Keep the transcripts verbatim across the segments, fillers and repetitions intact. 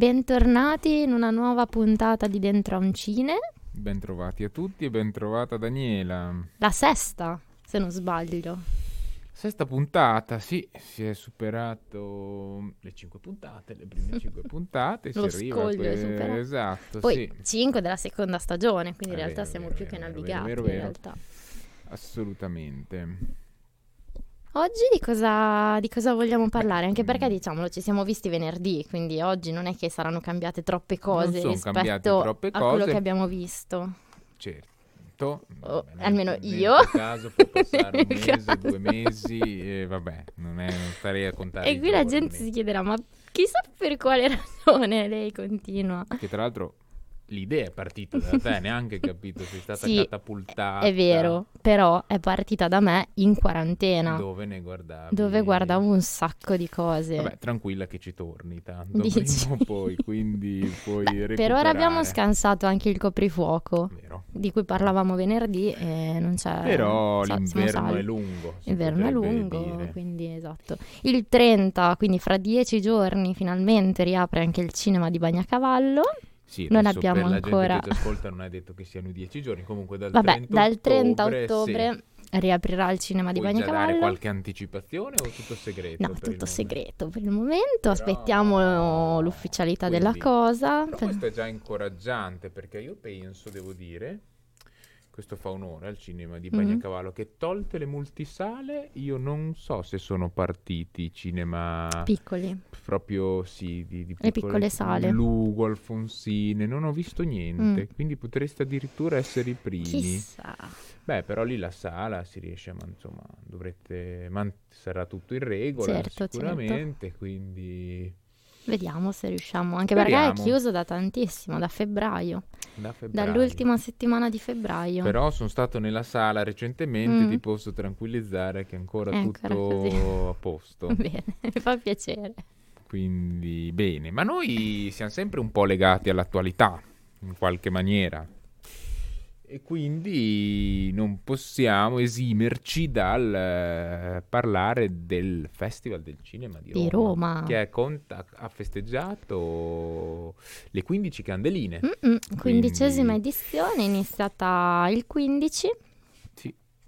bentornati in una nuova puntata di Dentro a un Cine. Bentrovati a tutti e bentrovata Daniela. La sesta, se non sbaglio. Sesta puntata, sì, si è superato le cinque puntate, le prime cinque puntate. Lo si arriva scoglio per... è superato. Esatto, Poi sì. cinque della seconda stagione, quindi in È realtà vero, siamo vero, più che vero, navigati vero, in vero. realtà. Assolutamente. Oggi di cosa, di cosa vogliamo parlare? Anche perché, diciamolo, ci siamo visti venerdì, quindi oggi non è che saranno cambiate troppe cose Non son cambiate rispetto troppe a quello cose. che abbiamo visto. Certo. Oh, Vabbè, almeno nel, io. Nel caso può passare un Nel mese, caso. due mesi, e vabbè, non, è, non starei a contare E i qui la giorni. gente si chiederà, ma chissà per quale ragione lei continua. Che tra l'altro l'idea è partita da te, neanche capito, sei stata Sì, catapultata. è vero, però è partita da me in quarantena, Dove ne guardavi? dove guardavo un sacco di cose. Vabbè, tranquilla che ci torni tanto, Dici? prima o poi, quindi puoi Beh, recuperare. per ora abbiamo scansato anche il coprifuoco, Vero. di cui parlavamo venerdì e non c'è... Però sa- siamo l'inverno salvi. è lungo, si L'inverno è potrebbe lungo, dire. quindi esatto. Il trenta, quindi fra dieci giorni, finalmente riapre anche il cinema di Bagnacavallo. Sì, Non adesso abbiamo per la ancora- gente che ci ascolta non è detto che siano dieci giorni, comunque dal Vabbè, trenta dal trenta ottobre, ottobre riaprirà il cinema sì. di Puoi già dare Bagnacavallo. qualche anticipazione o tutto segreto? No, per il tutto momento? segreto per il momento, Però- aspettiamo l'ufficialità della Quindi- cosa. Però questo è già incoraggiante, perché io penso, devo dire, questo fa onore al cinema di Mhm. Bagnacavallo, che tolte le multisale, io non so se sono partiti cinema Piccoli. proprio, sì, di, di Le piccole sale. Lugo, Alfonsine, non ho visto niente, Mm. quindi potreste addirittura essere i primi. Chissà. Beh, però lì la sala si riesce a, man- insomma, dovrete, man- sarà tutto in regola Certo, sicuramente, quindi Vediamo se riusciamo, anche perché è Speriamo. chiuso da tantissimo, da febbraio, da febbraio. dall'ultima settimana di febbraio. Però sono stato nella sala recentemente, Mm. ti posso tranquillizzare che è ancora È ancora tutto così. a posto. Bene, mi fa piacere. Quindi bene, ma noi siamo sempre un po' legati all'attualità, in qualche maniera. E quindi non possiamo esimerci dal eh, parlare del Festival del Cinema di Roma, Di Roma. che è conta- ha festeggiato le quindici candeline. Mm-mm, Quindicesima Quindi- edizione, iniziata il quindici Sì.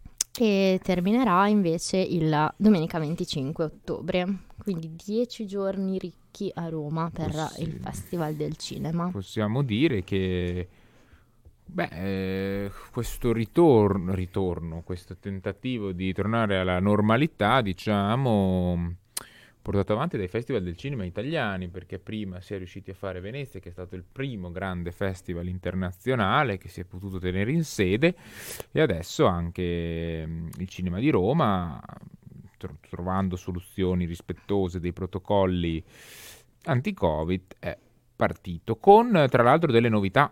e terminerà invece il domenica venticinque ottobre, quindi dieci giorni ricchi a Roma per Possi- il Festival del Cinema. Possiamo dire che beh, eh, questo ritorno, ritorno, questo tentativo di tornare alla normalità, diciamo, portato avanti dai festival del cinema italiani, perché prima si è riusciti a fare Venezia, che è stato il primo grande festival internazionale che si è potuto tenere in sede, e adesso anche mm, il cinema di Roma, tro- trovando soluzioni rispettose dei protocolli anti-Covid, è partito con, tra l'altro, delle novità.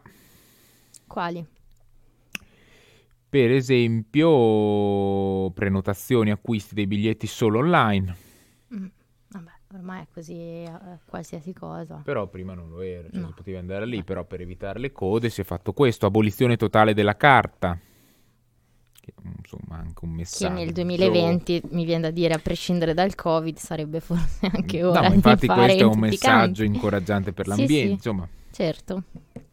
Quali? Per esempio, prenotazioni, acquisti dei biglietti solo online. Mm, Vabbè, ormai è così eh, qualsiasi cosa. Però prima non lo era, cioè No. si poteva andare lì, però per evitare le code si è fatto questo, abolizione totale della carta. Che, insomma, anche un Che messaggio. nel duemilaventi, mi viene da dire, a prescindere dal Covid, sarebbe forse anche ora No, ma di infatti fare questo è un tutti i messaggio canti. incoraggiante per Sì, l'ambiente, sì. insomma. Certo.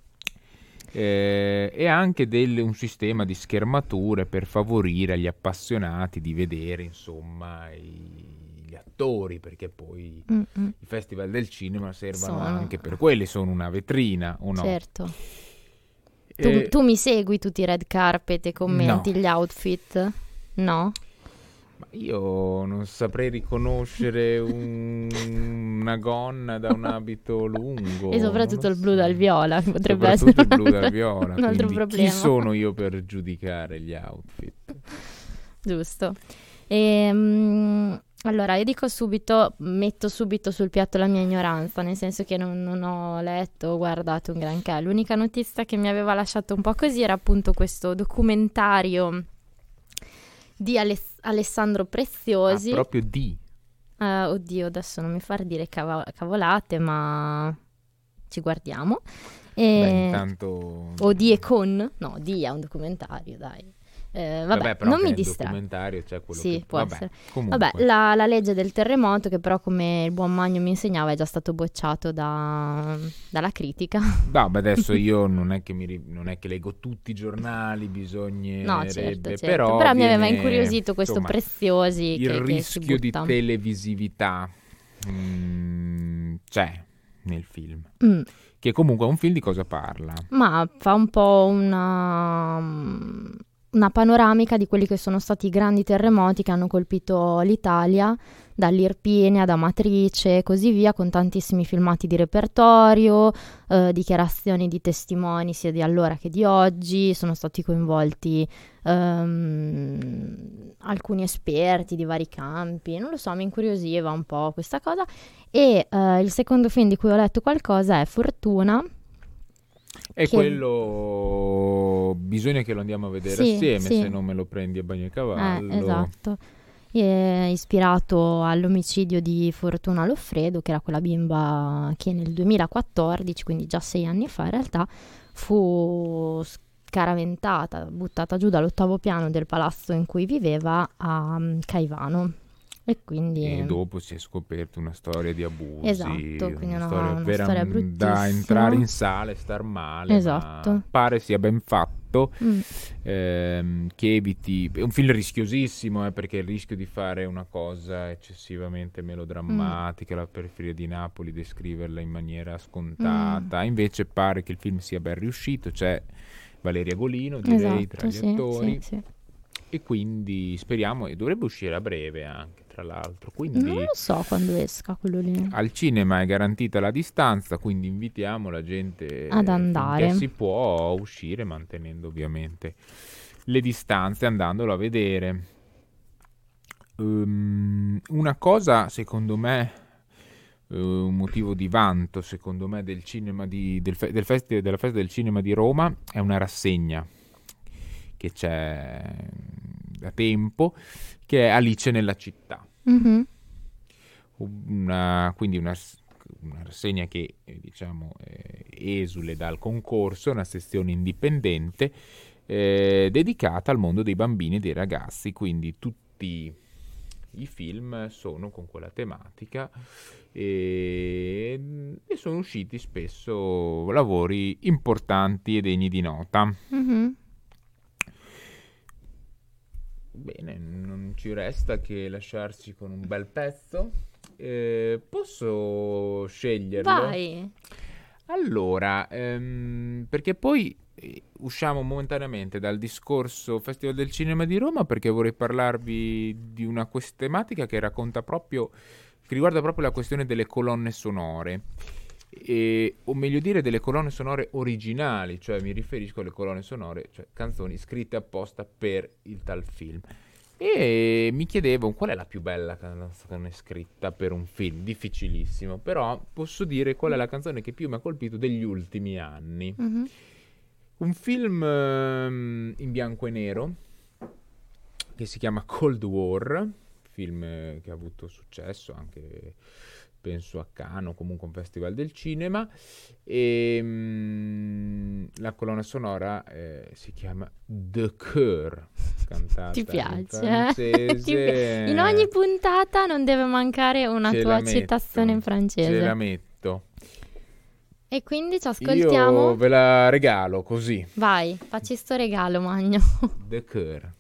Eh, e anche del- un sistema di schermature per favorire agli appassionati di vedere, insomma, i- gli attori, perché poi Mm-mm. i festival del cinema servono Sono- anche per quelli, sono una vetrina o no? Certo. Tu, Eh, tu mi segui tutti i red carpet e commenti No. gli outfit? No? ma io non saprei riconoscere un- una gonna da un abito lungo. E soprattutto non il lo blu so. dal viola, che potrebbe Soprattutto essere il blu dal viola. un altro quindi problema. Chi sono io per giudicare gli outfit? Giusto. Ehm, allora, io dico subito, metto subito sul piatto la mia ignoranza, nel senso che non, non ho letto o guardato un granché. L'unica notizia che mi aveva lasciato un po' così era appunto questo documentario di Aless- Alessandro Ah, Preziosi. proprio di. Eh, oddio, adesso non mi far dire cava- cavolate, ma ci guardiamo. Beh, E- intanto O di e con? No, di è un documentario, dai. Eh, vabbè, vabbè, però non mi nel distrae. documentario c'è quello Sì, che... può vabbè, essere. comunque. Vabbè, la, la legge del terremoto, che però come il buon Magno mi insegnava è già stato bocciato da, dalla critica. No, beh, adesso io non è che mi ri- non è che leggo tutti i giornali, bisognerebbe, No, certo, certo. però, Però mi aveva viene, incuriosito questo insomma, Preziosi il che, che si rischio di butta. televisività mm, c'è nel film, Mm. che comunque è un film di cosa parla? Ma fa un po' una, una panoramica di quelli che sono stati i grandi terremoti che hanno colpito l'Italia, dall'Irpinia ad Amatrice e così via, con tantissimi filmati di repertorio, eh, dichiarazioni di testimoni sia di allora che di oggi. Sono stati coinvolti ehm, alcuni esperti di vari campi, non lo so, mi incuriosiva un po' questa cosa. E eh, il secondo film di cui ho letto qualcosa è Fortuna. E che- quello bisogna che lo andiamo a vedere Sì, assieme, sì. se non me lo prendi a Bagnacavallo. Eh, esatto. È ispirato all'omicidio di Fortuna Loffredo, che era quella bimba che nel duemilaquattordici, quindi già sei anni fa in realtà, fu scaraventata, buttata giù dall'ottavo piano del palazzo in cui viveva a mm, Caivano. E quindi E dopo si è scoperto una storia di abusi, Esatto, quindi una- storia una vera- storia da bruttissima. entrare in sala e star male, Esatto. ma pare sia ben fatto, Mm, ehm, che eviti... È un film rischiosissimo, eh, perché il rischio di fare una cosa eccessivamente melodrammatica, la periferia di Napoli, descriverla in maniera scontata, invece pare che il film sia ben riuscito, c'è Valeria Golino, direi, tra esatto, gli sì, attori, sì, sì. e quindi speriamo, e dovrebbe uscire a breve anche, tra l'altro, quindi... Non lo so quando esca quello lì. Al cinema è garantita la distanza, quindi invitiamo la gente Ad eh, andare. finché si può a uscire, mantenendo ovviamente le distanze, andandolo a vedere. Ehm, una cosa, secondo me, eh, un motivo di vanto, secondo me, del cinema di, del, fe- del festi- della festa del cinema di Roma è una rassegna che c'è da tempo, che è Alice nella città. Mhm. Una, quindi una, una rassegna che eh, diciamo eh, esule dal concorso, una sezione indipendente eh, dedicata al mondo dei bambini e dei ragazzi, quindi tutti i film sono con quella tematica e, e sono usciti spesso lavori importanti e degni di nota. Mhm. Bene, non ci resta che lasciarci con un bel pezzo. Eh, posso sceglierlo? Vai. Allora, ehm, perché poi eh, usciamo momentaneamente dal discorso Festival del Cinema di Roma, perché vorrei parlarvi di una quest- tematica che racconta proprio, che riguarda proprio la questione delle colonne sonore. E, o meglio dire delle colonne sonore originali, cioè mi riferisco alle colonne sonore, cioè canzoni scritte apposta per il tal film. E mi chiedevo qual è la più bella canzone scritta per un film, difficilissimo, però posso dire qual è la canzone che più mi ha colpito degli ultimi anni. Mhm. Un film ehm, in bianco e nero che si chiama Cold War, film eh, che ha avuto successo anche penso a Cannes o comunque un festival del cinema, e mm, la colonna sonora eh, si chiama The Cure, cantata Ti in piace? eh? francese. Ti pi- in ogni puntata non deve mancare una Ce tua la metto, citazione in francese. Ce la metto. E quindi ci ascoltiamo. Io ve la regalo così. Vai, facci sto regalo, Magno. The Cure.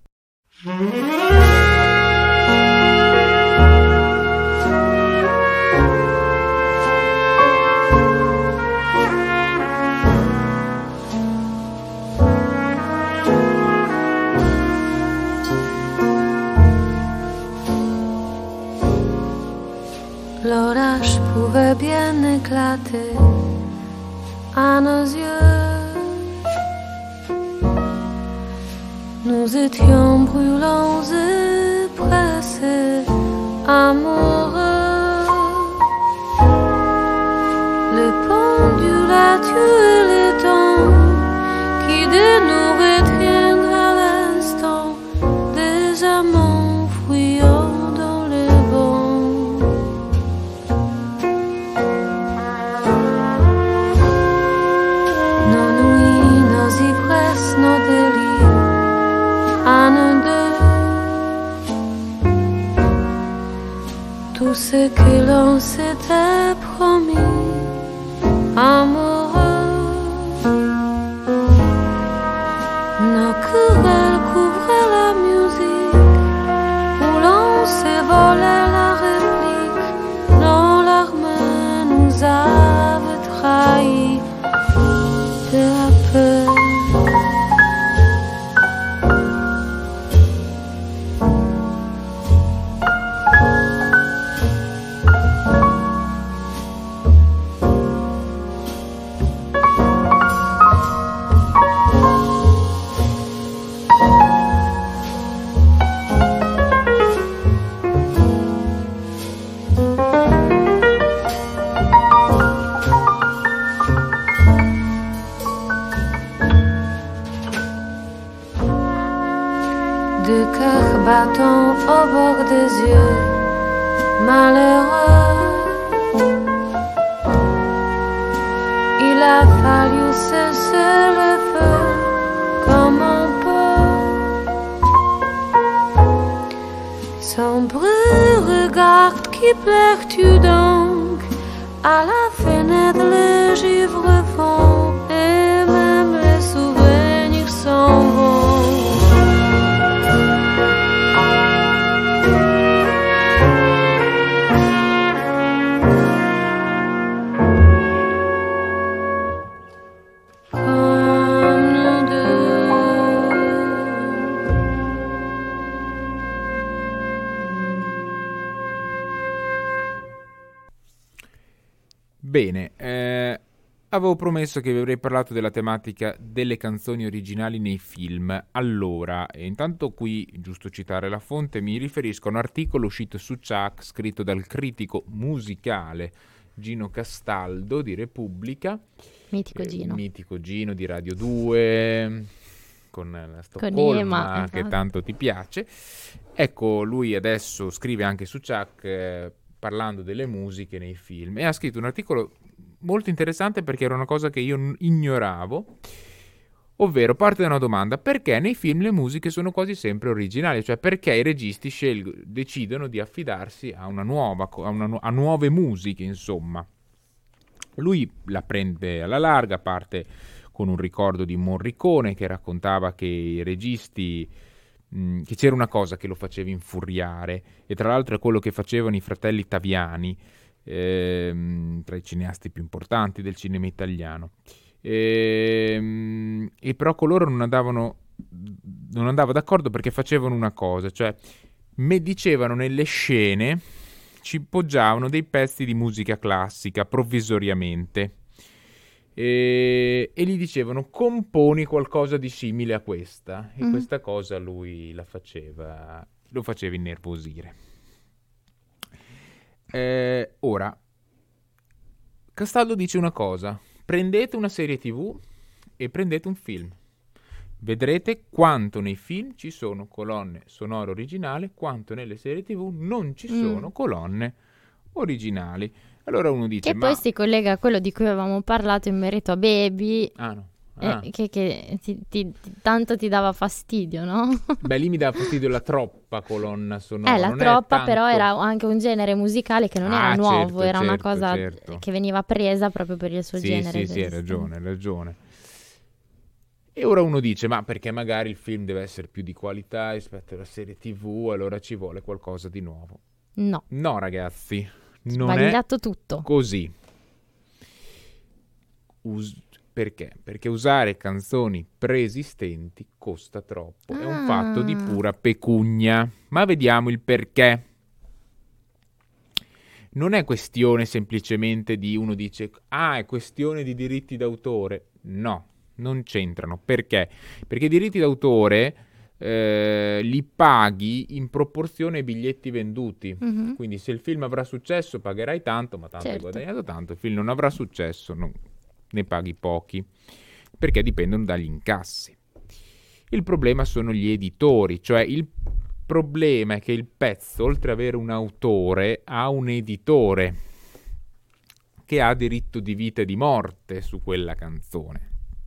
L'orage pouvait bien éclater à nos yeux. Nous étions brûlants et pressés, amoureux. Le pendule a tué les temps qui de nous retiennent à l'instant, des amants fuyant dans le vent. Nos nuits, nos ivresses, nos délires, ce que l'on s'était promis, amoureux. Nos querelles couvraient la musique, où l'on s'est volé la réplique. Nos larmes nous avaient trahis peu à peu. Battant au bord des yeux, malheureux. Il a fallu cesser le feu comme on peut. Sombre regarde, qui pleures-tu donc? À la fenêtre les givres font, et même les souvenirs s'en vont. Bene, eh, avevo promesso che vi avrei parlato della tematica delle canzoni originali nei film. Allora, eh, intanto qui, giusto citare la fonte, mi riferisco a un articolo uscito su Chuck, scritto dal critico musicale Gino Castaldo di Repubblica. Mitico Gino. Eh, mitico Gino di Radio due, con la Stoccolma, Con Ema, che esatto. tanto ti piace. Ecco, lui adesso scrive anche su Chuck, eh, parlando delle musiche nei film, e ha scritto un articolo molto interessante perché era una cosa che io n- ignoravo, ovvero parte da una domanda: perché nei film le musiche sono quasi sempre originali? Cioè, perché i registi scelgo, decidono di affidarsi a una nuova, co- a, una nu- a nuove musiche, insomma. Lui la prende alla larga, parte con un ricordo di Morricone che raccontava che i registi, mh, che c'era una cosa che lo faceva infuriare, e tra l'altro è quello che facevano i fratelli Taviani, ehm, tra i cineasti più importanti del cinema italiano. Ehm, e però coloro non andavano, non andava d'accordo perché facevano una cosa, cioè me dicevano nelle scene, ci poggiavano dei pezzi di musica classica provvisoriamente e, e gli dicevano: componi qualcosa di simile a questa, e Mhm. questa cosa lui la faceva, lo faceva innervosire. Eh, ora, Castaldo dice una cosa: prendete una serie tv e prendete un film, vedrete quanto nei film ci sono colonne sonore originali, quanto nelle serie tv non ci sono Mm. colonne originali. Allora uno dice: Che ma poi si collega a quello di cui avevamo parlato in merito a Baby, ah no, eh, ah. che, che ti- ti- ti- tanto ti dava fastidio, no? Beh, lì mi dà fastidio la troppa colonna sonora. Eh, la non è troppa, tanto- però era anche un genere musicale che non Ah, era nuovo, certo, era una certo, cosa certo. che veniva presa proprio per il suo Sì, genere. sì, sì, hai esistente. ragione, hai ragione. E ora uno dice: ma perché magari il film deve essere più di qualità rispetto alla serie tv, allora ci vuole qualcosa di nuovo. No, No, ragazzi, non è sbagliato tutto. così. Us- perché? Perché usare canzoni preesistenti costa troppo. È un fatto di Ah. pura pecunia. Ma vediamo il perché. Non è questione semplicemente di uno dice: ah, è questione di diritti d'autore. No, non c'entrano. Perché? Perché i diritti d'autore eh, li paghi in proporzione ai biglietti venduti. Mhm. Quindi se il film avrà successo pagherai tanto, ma tanto Certo. hai guadagnato tanto. Il film non avrà successo, non- ne paghi pochi, perché dipendono dagli incassi. Il problema sono gli editori, cioè il problema è che il pezzo, oltre ad avere un autore, ha un editore che ha diritto di vita e di morte su quella canzone.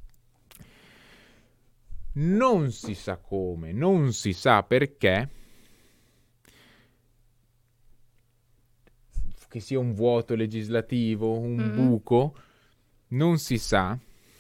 Non si sa come, non si sa perché che sia un vuoto legislativo, un Mm. buco, non si sa,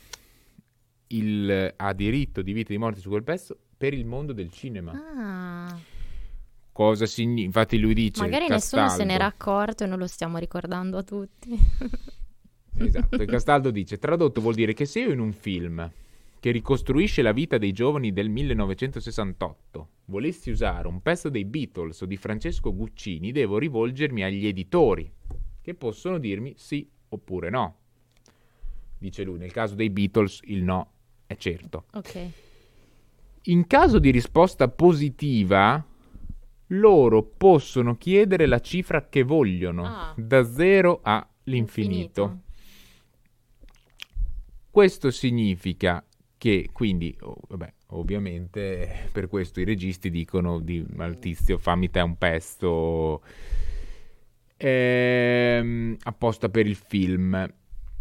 il, ha diritto di vita e di morte su quel pezzo per il mondo del cinema. Ah, Cosa significa? Infatti lui dice, magari nessuno se Castaldo, n'era accorto e non lo stiamo ricordando a tutti. esatto, e Castaldo dice, tradotto vuol dire che se io in un film che ricostruisce la vita dei giovani del millenovecentosessantotto volessi usare un pezzo dei Beatles o di Francesco Guccini, devo rivolgermi agli editori, che possono dirmi sì oppure no. Dice lui, nel caso dei Beatles il no è certo. Ok. In caso di risposta positiva, loro possono chiedere la cifra che vogliono, Ah. da zero all'infinito. Infinito. Questo significa che, quindi, oh, vabbè, ovviamente per questo i registi dicono di al tizio fammi te un pezzo ehm, apposta per il film.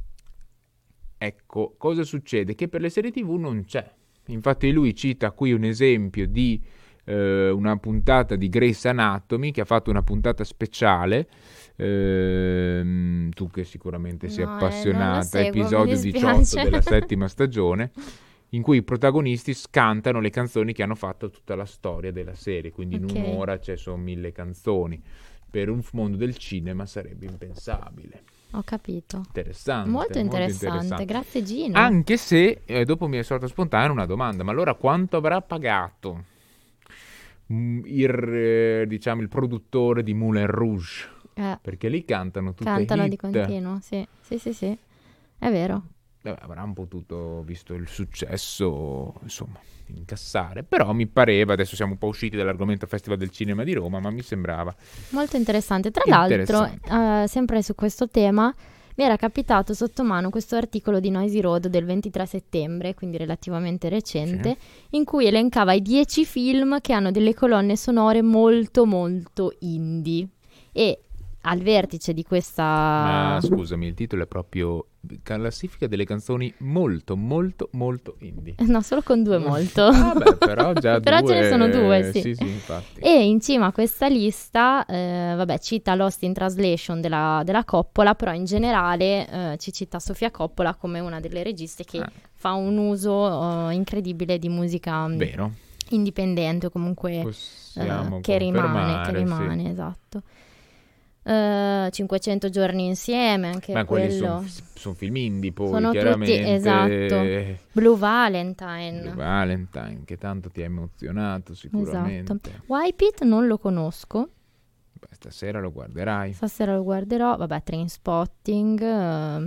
Ecco, cosa succede? Che per le serie tivù non c'è. Infatti lui cita qui un esempio di eh, una puntata di Grey's Anatomy, che ha fatto una puntata speciale, ehm, tu che sicuramente sei No, eh, non appassionata, la seguo, mi episodio dispiace. diciotto della settima stagione, in cui i protagonisti scantano le canzoni che hanno fatto tutta la storia della serie, quindi Ok. in un'ora ci sono mille canzoni. Per un mondo del cinema sarebbe impensabile. Ho capito. Interessante. Molto interessante, grazie Gino. Anche se eh, dopo mi è sorta spontanea una domanda, ma allora quanto avrà pagato mm, il, eh, diciamo, il produttore di Moulin Rouge? Eh, Perché lì cantano tutte cantano hit. di continuo, sì, sì, sì, sì. È vero. Vabbè, avranno potuto, visto il successo, insomma, incassare. Però mi pareva, adesso siamo un po' usciti dall'argomento Festival del Cinema di Roma, ma mi sembrava Molto interessante. Tra l'altro, interessante. eh, sempre su questo tema, mi era capitato sotto mano questo articolo di Noisy Road del ventitré settembre, quindi relativamente recente, in cui elencava i dieci film che hanno delle colonne sonore molto molto indie. E al vertice di questa... Ma scusami, il titolo è proprio classifica delle canzoni molto, molto, molto indie. No, solo con due molto. Vabbè, però già Però due... ce ne sono due, sì. Sì, sì, infatti. E in cima a questa lista, eh, vabbè, cita Lost in Translation della, della Coppola, però in generale eh, ci cita Sofia Coppola come una delle registe che Ah. fa un uso eh, incredibile di musica mm, Vero, indipendente o comunque eh, possiamo che rimane, che confermare, rimane, esatto. Eh, cinquecento giorni insieme, anche sì. Ma quelli quello. sono film indie poi, Sono tutti- chiaramente. esatto. Blue Valentine. Blue Valentine, che tanto ti ha emozionato sicuramente. Esatto. Wipe It non lo conosco. Beh, stasera lo guarderai. Stasera lo guarderò. Vabbè, Trainspotting. eh,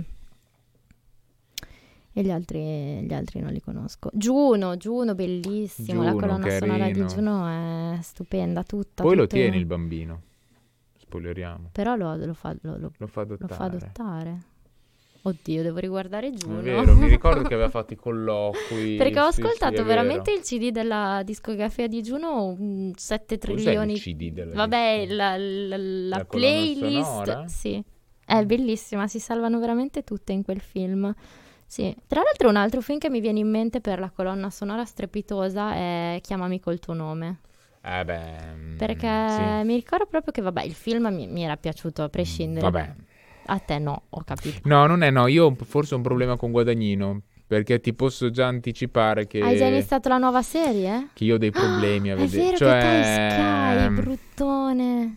e gli altri, gli altri non li conosco. Juno, Juno, bellissimo. La Juno, colonna sonora di carino. Juno è stupenda, tutta. Poi lo tutto- tiene il bambino. Spoileriamo. Però lo, lo fa, lo, lo- Lo fa lo adottare. fa adottare. Oddio, devo riguardare È Juno. vero, mi ricordo che aveva fatto i colloqui. Perché ho sì, sì, ascoltato è veramente vero. il C D della discografia di Juno, mm, sette Cos'è trilioni. il C D della Vabbè, disco? la, la- la La colonna playlist, sonora? sì, è bellissima, si salvano veramente tutte in quel film. Sì. Tra l'altro un altro film che mi viene in mente per la colonna sonora strepitosa è Chiamami col tuo nome, Eh beh, mm, perché sì. mi ricordo proprio che vabbè, il film mi, mi era piaciuto a prescindere. Vabbè. A te no, ho capito. No, non è no, io ho un- forse ho un problema con Guadagnino, perché ti posso già anticipare che, Hai già iniziato la nuova serie? che io ho dei problemi a È vedere. vero cioè, che tu hai Sky, bruttone.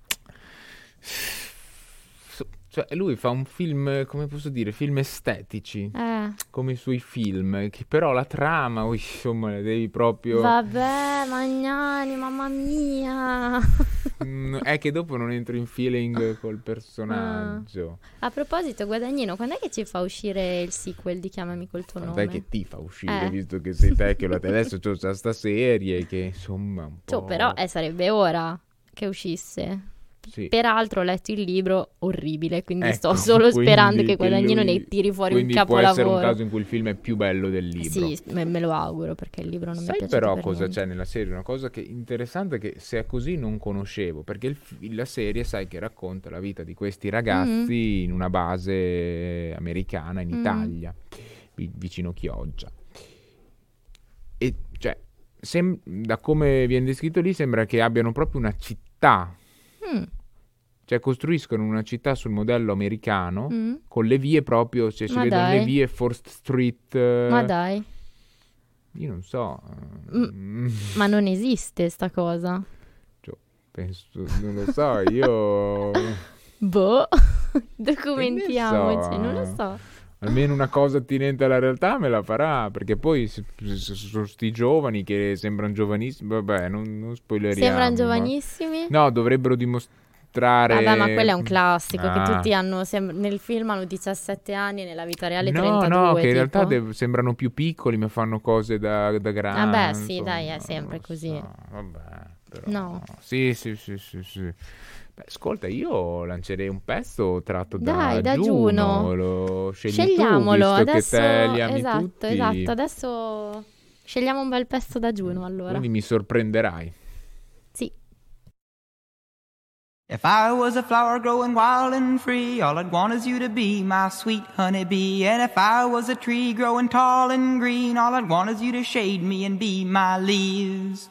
so- cioè, lui fa un film, come posso dire, film estetici, Eh, come i suoi film, che però la trama, ui, insomma, la devi proprio... vabbè, Magnani, mamma mia. Mm, è che dopo non entro in feeling col personaggio. A proposito, Guadagnino, quando è che ci fa uscire il sequel di Chiamami col tuo Quando nome? è che ti fa uscire, Eh. visto che sei te che lo adesso c'ho già sta serie che insomma un po'... Cioè, però eh, sarebbe ora che uscisse. sì. Peraltro ho letto il libro, orribile, quindi Ecco, sto solo quindi sperando che Guadagnino lui- ne tiri fuori un quindi può capolavoro. essere un caso in cui il film è più bello del libro. Sì, me, me lo auguro perché il libro non mi è Sai piaciuto però per cosa niente. c'è nella serie? Una cosa che interessante che se è così non conoscevo, perché il fi- la serie sai che racconta la vita di questi ragazzi in una base americana in Mm. Italia, vi- vicino Chioggia. E cioè, sem- da come viene descritto lì sembra che abbiano proprio una città Mm, Cioè costruiscono una città sul modello americano Mm. con le vie proprio, cioè si Ma vedono dai. le vie First Street. eh, Ma dai, Io non so. Mm. mm, ma non esiste sta cosa. cioè, penso, non lo so, io Boh, Che ne documentiamoci, so? non lo so. almeno una cosa attinente alla realtà me la farà, perché poi se- se- sono sti giovani che sembrano giovanissimi, vabbè, non, non spoileriamo. Sembrano ma- giovanissimi? No, dovrebbero dimostrare. Vabbè, ma quello è un classico, Ah. che tutti hanno, sem- nel film hanno diciassette anni, nella vita reale No, trentadue, no, che in tipo. realtà dev- sembrano più piccoli, ma fanno cose da, da grandi. Vabbè, sì, insomma, dai, è sempre non così. so, vabbè, però, No. Sì, sì, sì, sì, sì. Beh, ascolta, io lancerei un pezzo tratto da Dai, da Juno, Juno. lo scegli Scegliamolo, tu, visto adesso, che te li ami esatto, tutti, esatto, adesso scegliamo un bel pezzo da Juno, allora. quindi mi sorprenderai. Sì. If I was a flower growing wild and free, all I'd want is you to be my sweet honeybee. And if I was a tree growing tall and green, all I'd want is you to shade me and be my leaves.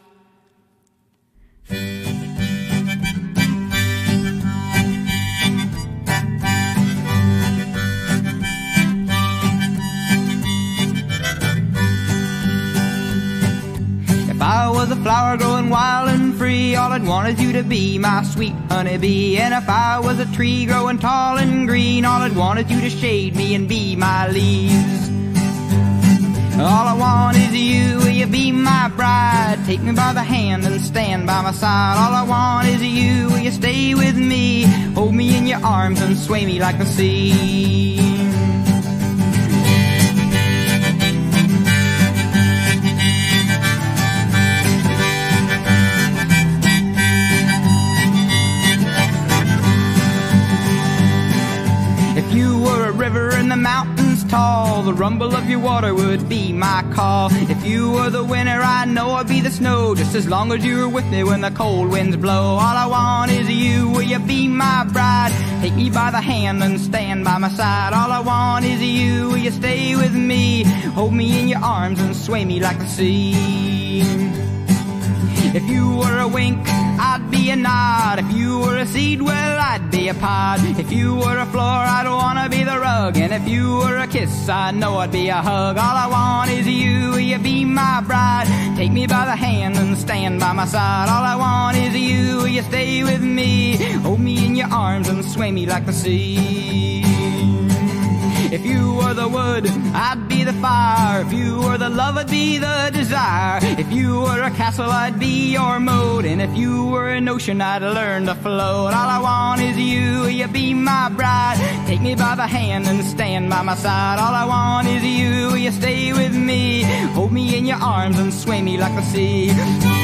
If I was a flower growing wild and free, all I'd want is you to be my sweet honeybee. And if I was a tree growing tall and green, all I'd want is you to shade me and be my leaves. All I want is you, will you be my bride? Take me by the hand and stand by my side. All I want is you, will you stay with me? Hold me in your arms and sway me like the sea. If you were a river in the mountains tall, the rumble of your water would be my call. If you were the winter, I know I'd be the snow, just as long as you were with me when the cold winds blow. All I want is you, will you be my bride? Take me by the hand and stand by my side. All I want is you, will you stay with me? Hold me in your arms and sway me like the sea. If you were a wink, I'd be a nod. If you were a seed, well, I'd be a pod. If you were a floor, I'd wanna be the rug. And if you were a kiss, I know I'd be a hug. All I want is you, will you be my bride? Take me by the hand and stand by my side. All I want is you, will you stay with me? Hold me in your arms and sway me like the sea. If you were the wood, I'd be the fire. If you were the love, I'd be the desire. If you were a castle, I'd be your moat. And if you were an ocean, I'd learn to float. All I want is you, will you be my bride? Take me by the hand and stand by my side. All I want is you, will you stay with me? Hold me in your arms and sway me like the sea.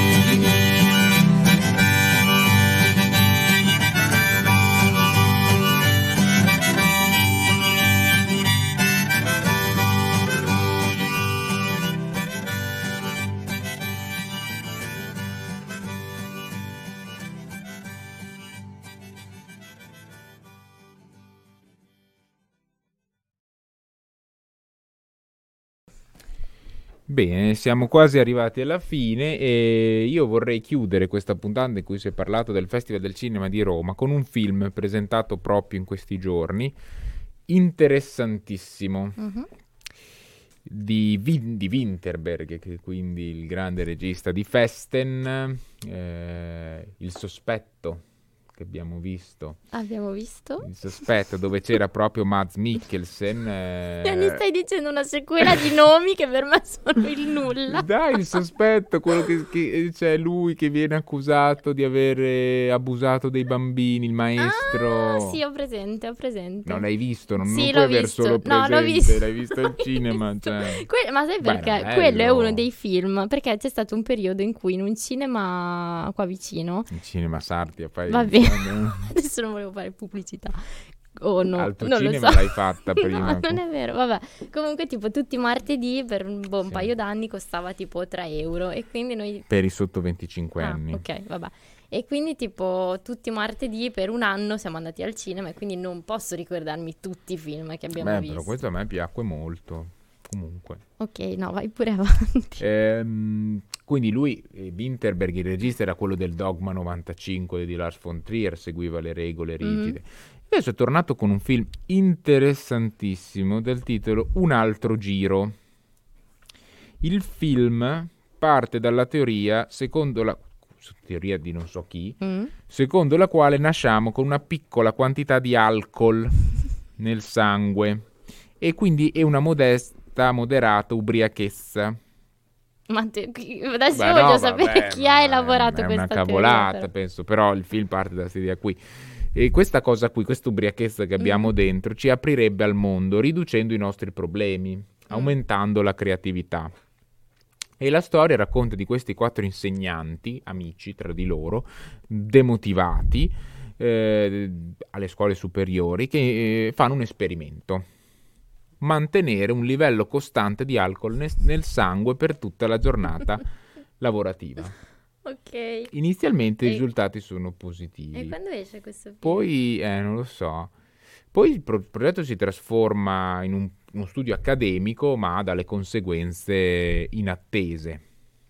Bene, siamo quasi arrivati alla fine e io vorrei chiudere questa puntata in cui si è parlato del Festival del Cinema di Roma con un film presentato proprio in questi giorni, interessantissimo, Mhm. di, Win- di Winterberg, che è quindi il grande regista di Festen, eh, Il sospetto che abbiamo visto, Abbiamo visto? Il sospetto dove c'era proprio Mads Mikkelsen. eh, Mi stai dicendo una sequela di nomi che per me sono il nulla. Dai, il sospetto, quello che, che c'è lui che viene accusato di avere abusato dei bambini, il maestro. Ah, sì, ho presente, ho presente. Non l'hai visto, non, Sì, non l'ho puoi aver visto. solo No, presente, l'ho visto. l'hai visto al L'ho cinema. visto. Cioè. Que- ma sai Beh, perché? bello. Quello è uno dei film, perché c'è stato un periodo in cui in un cinema qua vicino, Il cinema Sartia, fai... vabbè, adesso non volevo fare pubblicità. Oh no, Al tuo non lo cinema so. l'hai fatta prima. No, non è vero, vabbè. Comunque tipo tutti i martedì per un, boh, un Sì. paio d'anni costava tipo tre euro e quindi noi... Per i sotto venticinque Ah, anni. ok, vabbè. E quindi tipo tutti i martedì per un anno siamo andati al cinema e quindi non posso ricordarmi tutti i film che abbiamo Beh, visto. però questo a me piacque molto. comunque. Ok, no, vai pure avanti. Ehm, quindi lui, eh, Winterberg, il regista, era quello del Dogma novantacinque di Lars von Trier, seguiva le regole rigide. Mm-hmm. Adesso è tornato con un film interessantissimo del titolo Un altro giro. Il film parte dalla teoria, secondo la teoria di non so chi, mm. secondo la quale nasciamo con una piccola quantità di alcol nel sangue e quindi è una modesta, moderata ubriachezza. Ma te, adesso Beh, voglio no, sapere vabbè, chi ha elaborato è questa una cavolata, teoria, penso, però il film parte da questa idea qui. E questa cosa qui, questa ubriachezza che abbiamo mm. dentro, ci aprirebbe al mondo, riducendo i nostri problemi, mm. aumentando la creatività. E la storia racconta di questi quattro insegnanti, amici tra di loro, demotivati, eh, alle scuole superiori, che eh, fanno un esperimento. Mantenere un livello costante di alcol nel, nel sangue per tutta la giornata lavorativa. Ok. Inizialmente e... i risultati sono positivi. E quando esce questo film? Poi, eh, non lo so. Poi il pro- progetto si trasforma in un, uno studio accademico, ma ha dalle conseguenze inattese.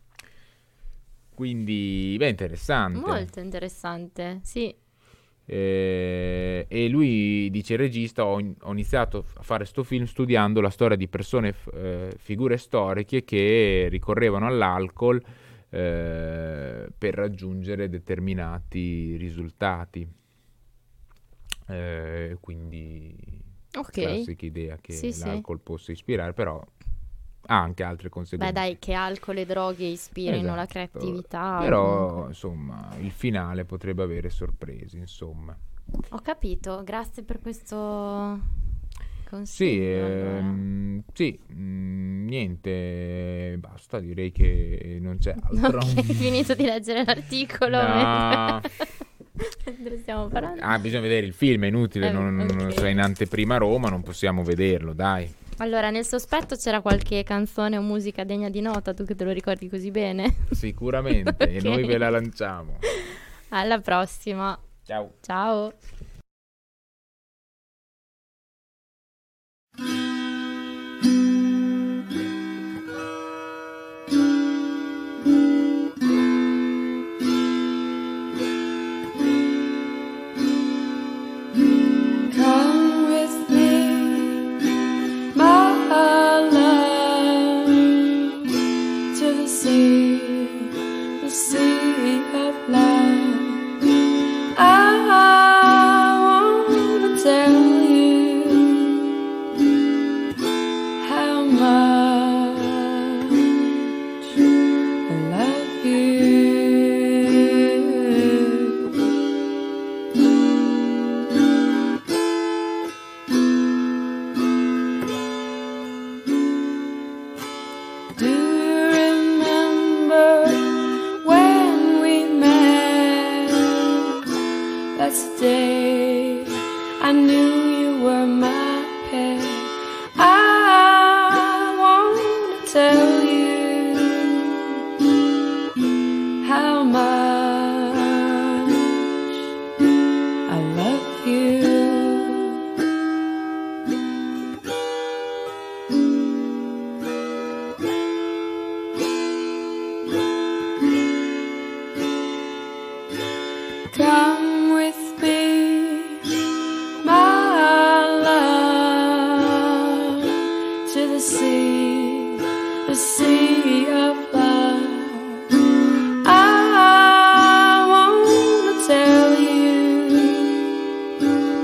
Quindi, beh, interessante. Molto interessante, sì. Eh, e lui dice: il regista, ho, ho iniziato a fare sto film studiando la storia di persone, eh, figure storiche che ricorrevano all'alcol eh, per raggiungere determinati risultati. Eh, quindi okay. classica idea che sì, l'alcol sì. possa ispirare, però ha anche altre conseguenze. Beh dai, che alcol e droghe ispirino esatto. la creatività. Però comunque. insomma il finale potrebbe avere sorprese, insomma. Ho capito, grazie per questo consiglio. Sì, allora. ehm, sì mh, niente, basta, direi che non c'è altro. Ok, hai finito di leggere l'articolo. No. Mentre stiamo parlando. Ah, bisogna vedere il film, è inutile, Eh, non, okay. non sei in anteprima a Roma, non possiamo vederlo, dai. Allora, nel sospetto c'era qualche canzone o musica degna di nota, tu che te lo ricordi così bene? Sicuramente, okay. E noi ve la lanciamo. Alla prossima. Ciao. Ciao.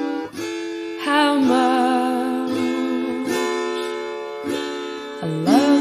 I love